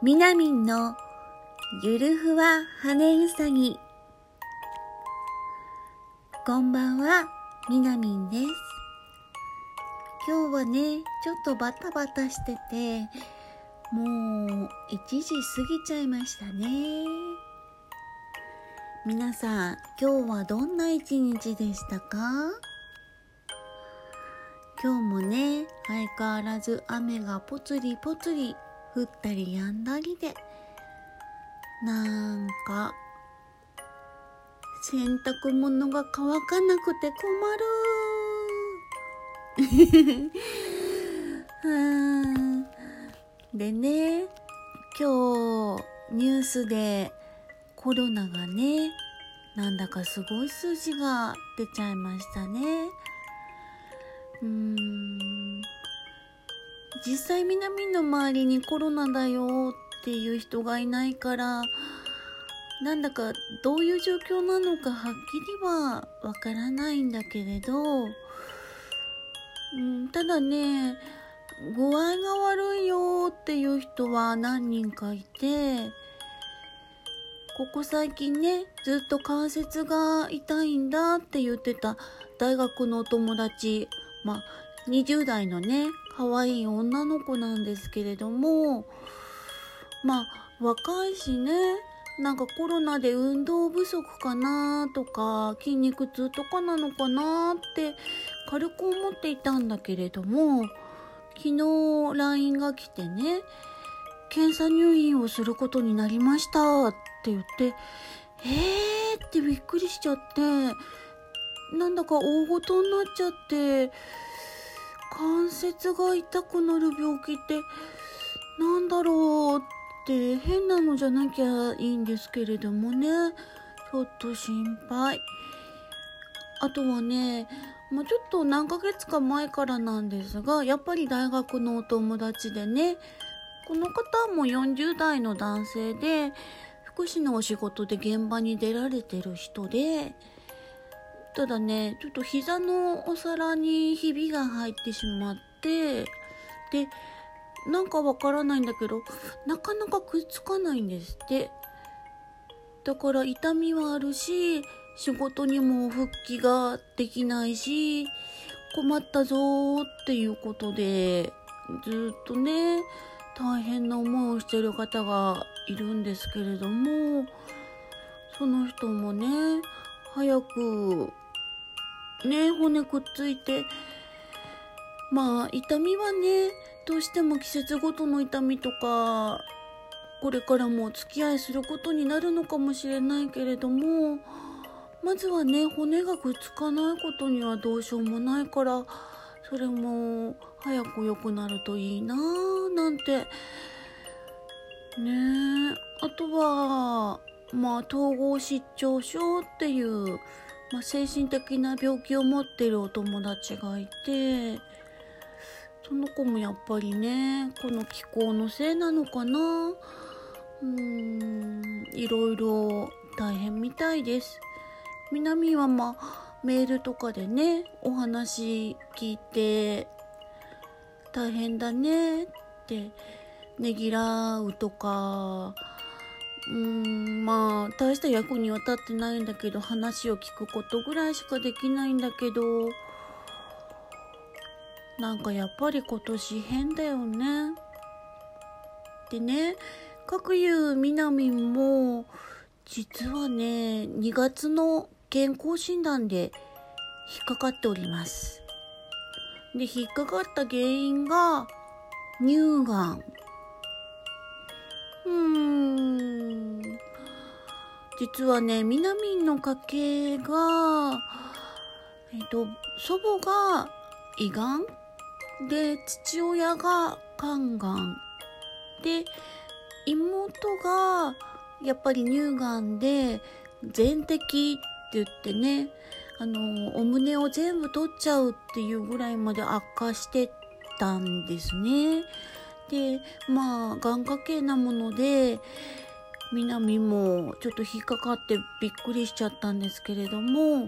みなみんのゆるふわ羽うさぎ。こんばんは、みなみんです。今日はね、ちょっとバタバタしてて、もう1時過ぎちゃいましたね。皆さん、今日はどんな一日でしたか？今日もね、相変わらず雨がぽつりぽつり降ったり止んだりで、なんか洗濯物が乾かなくて困るでね、今日ニュースでコロナがね、なんだかすごい数字が出ちゃいましたね。実際南の周りにコロナだよっていう人がいないから、なんだかどういう状況なのかはっきりはわからないんだけれど、ただね、具合が悪いよっていう人は何人かいて、ここ最近ね、ずっと関節が痛いんだって言ってた大学のお友達、20代のね、可愛い女の子なんですけれども、若いしね、なんかコロナで運動不足かなとか筋肉痛とかなのかなって軽く思っていたんだけれども、昨日 LINE が来てね、検査入院をすることになりましたって言って、ってびっくりしちゃって、なんだか大ごとになっちゃって、関節が痛くなる病気ってなんだろうって変なのじゃなきゃいいんですけれどもね、ちょっと心配。あとはね、ちょっと何ヶ月か前からなんですが、やっぱり大学のお友達でね、この方も40代の男性で、福祉のお仕事で現場に出られてる人で、ただね、ちょっと膝のお皿にひびが入ってしまって、で、なんかわからないんだけど、なかなかくっつかないんですって。だから痛みはあるし、仕事にも復帰ができないし、困ったぞーっていうことで、ずっとね、大変な思いをしている方がいるんですけれども、その人もね、早くね、骨くっついて、痛みはね、どうしても季節ごとの痛みとか、これからもお付き合いすることになるのかもしれないけれども、まずはね、骨がくっつかないことにはどうしようもないから、それも早く良くなるといいなぁなんてね。あとは統合失調症っていう、精神的な病気を持っているお友達がいて、その子もやっぱりね、この気候のせいなのかな、いろいろ大変みたいです。南はメールとかでね、お話聞いて大変だねってねぎらうとか、大した役には立ってないんだけど、話を聞くことぐらいしかできないんだけど、なんかやっぱり今年変だよね。でね、各有みなみんも実はね、2月の健康診断で引っかかっております。で、引っかかった原因が乳がん。実はね、みなみんの家系が、祖母が胃がんで、父親が肝がんで、妹がやっぱり乳がんで全摘って言ってね、お胸を全部取っちゃうっていうぐらいまで悪化してたんですね。で、がん家系なもので、みなみもちょっと引っかかってびっくりしちゃったんですけれども、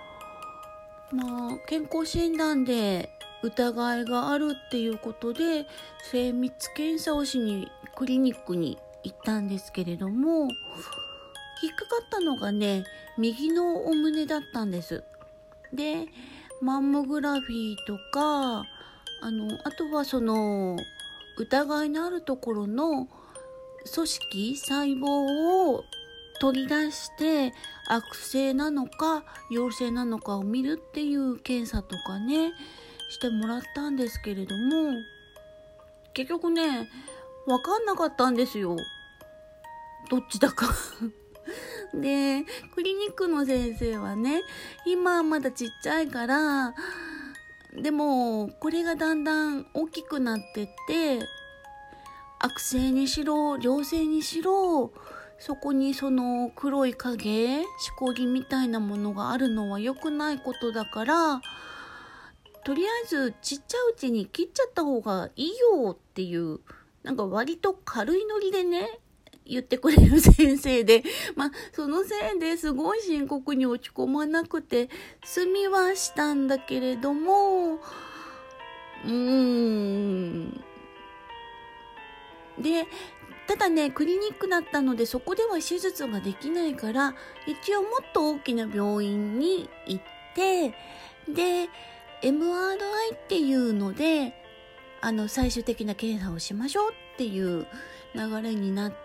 健康診断で疑いがあるっていうことで精密検査をしに行クリニックに行ったんですけれども、引っかかったのがね、右のお胸だったんです。で、マンモグラフィーとか、あとはその疑いのあるところの組織細胞を取り出して悪性なのか陽性なのかを見るっていう検査とかねしてもらったんですけれども、結局ね分かんなかったんですよ、どっちだかでクリニックの先生はね、今はまだちっちゃいから、でもこれがだんだん大きくなってって悪性にしろ良性にしろ、そこにその黒い影、しこりみたいなものがあるのは良くないことだから、とりあえずちっちゃいうちに切っちゃった方がいいよっていう、なんか割と軽いノリでね言ってくれる先生で、そのせいですごい深刻に落ち込まなくて済みはしたんだけれども、でただねクリニックだったのでそこでは手術ができないから、一応もっと大きな病院に行って、で MRI っていうので最終的な検査をしましょうっていう流れになって、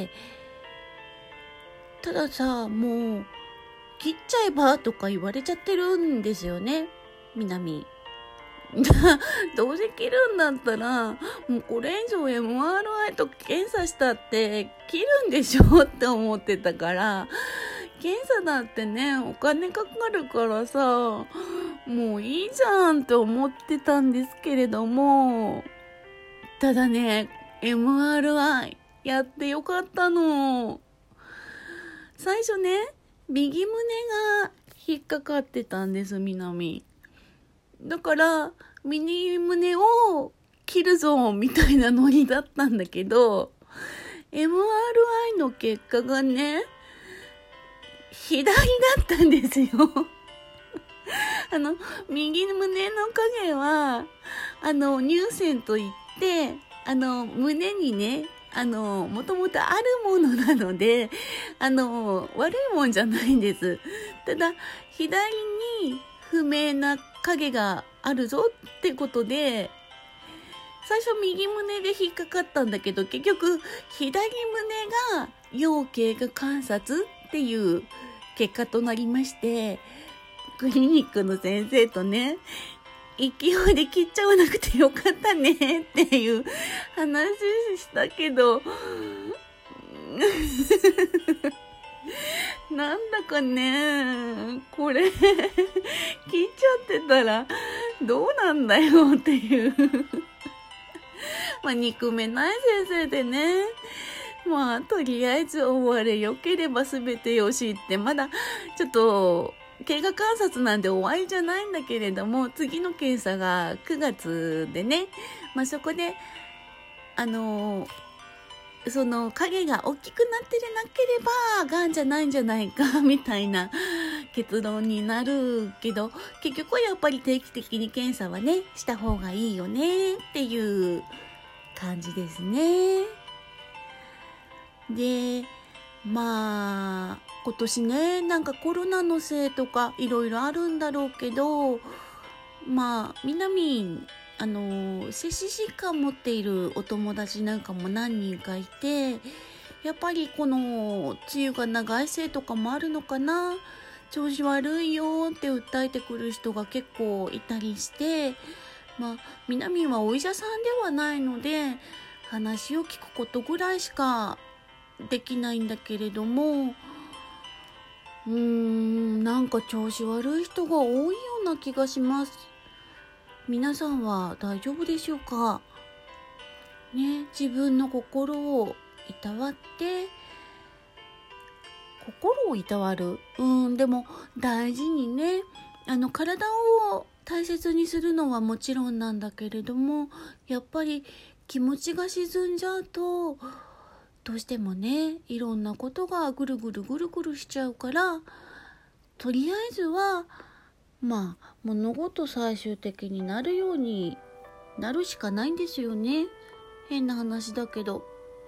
たださ、もう切っちゃえばとか言われちゃってるんですよね、南どうせ切るんだったらもうこれ以上 MRI と検査したって切るんでしょって思ってたから、検査だってねお金かかるからさ、もういいじゃんって思ってたんですけれども、ただね MRI やってよかったの。最初ね右胸が引っかかってたんです、南だから右胸を切るぞみたいなノリだったんだけど、 MRI の結果がね左だったんですよ右胸の影は乳腺といって胸にねもともとあるものなので悪いもんじゃないんです。ただ左に不明な影があるぞってことで、最初右胸で引っかかったんだけど、結局左胸が要経過観察っていう結果となりまして、クリニックの先生とね勢いで切っちゃわなくてよかったねっていう話したけどなんだかねこれ切っちゃってたらどうなんだよっていう憎めない先生でね、とりあえず終われよければ全てよしって、まだちょっと経過観察なんで終わりじゃないんだけれども、次の検査が9月でね、そこでその影が大きくなってなければがんじゃないんじゃないかみたいな結論になるけど、結局はやっぱり定期的に検査はねした方がいいよねっていう感じですね。で今年ねなんかコロナのせいとかいろいろあるんだろうけど、南精子疾患持っているお友達なんかも何人かいて、やっぱりこの梅雨が長いせいとかもあるのかな、調子悪いよって訴えてくる人が結構いたりして、南はお医者さんではないので話を聞くことぐらいしかできないんだけれども、なんか調子悪い人が多いような気がします。皆さんは大丈夫でしょうかね。自分の心をいたわって、心をいたわる、でも大事にね体を大切にするのはもちろんなんだけれども、やっぱり気持ちが沈んじゃうとどうしてもねいろんなことがぐるぐるしちゃうから、とりあえずは物事最終的になるようになるしかないんですよね。変な話だけど。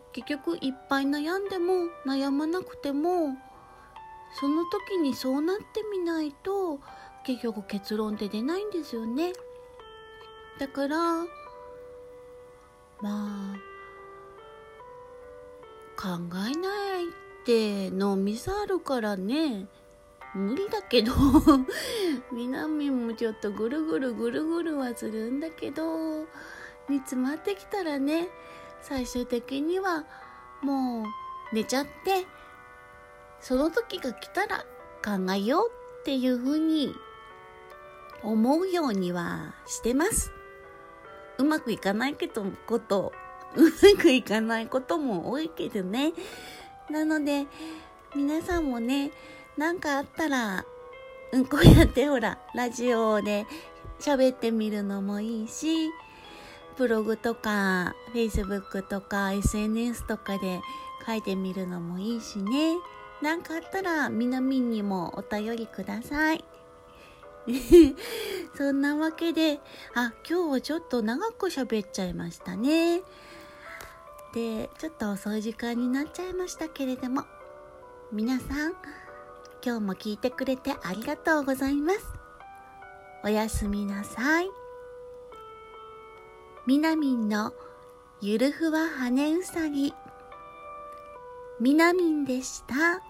結局いっぱい悩んでも悩まなくても、その時にそうなってみないと結局結論って出ないんですよね。だから考えないってのミサあるからね、無理だけどみなみんもちょっとぐるぐるはするんだけど、煮詰まってきたらね、最終的にはもう寝ちゃって、その時が来たら考えようっていうふうに思うようにはしてます。うまくいかないことも多いけどね。なので皆さんもね、なんかあったらこうやってほらラジオで喋ってみるのもいいし、ブログとか Facebook とか SNS とかで書いてみるのもいいしね。なんかあったらみなみんにもお便りくださいそんなわけで、今日はちょっと長く喋っちゃいましたね。で、ちょっと遅い時間になっちゃいましたけれども、皆さん今日も聞いてくれてありがとうございます。おやすみなさい。みなみんのゆるふわ羽うさぎ、みなみんでした。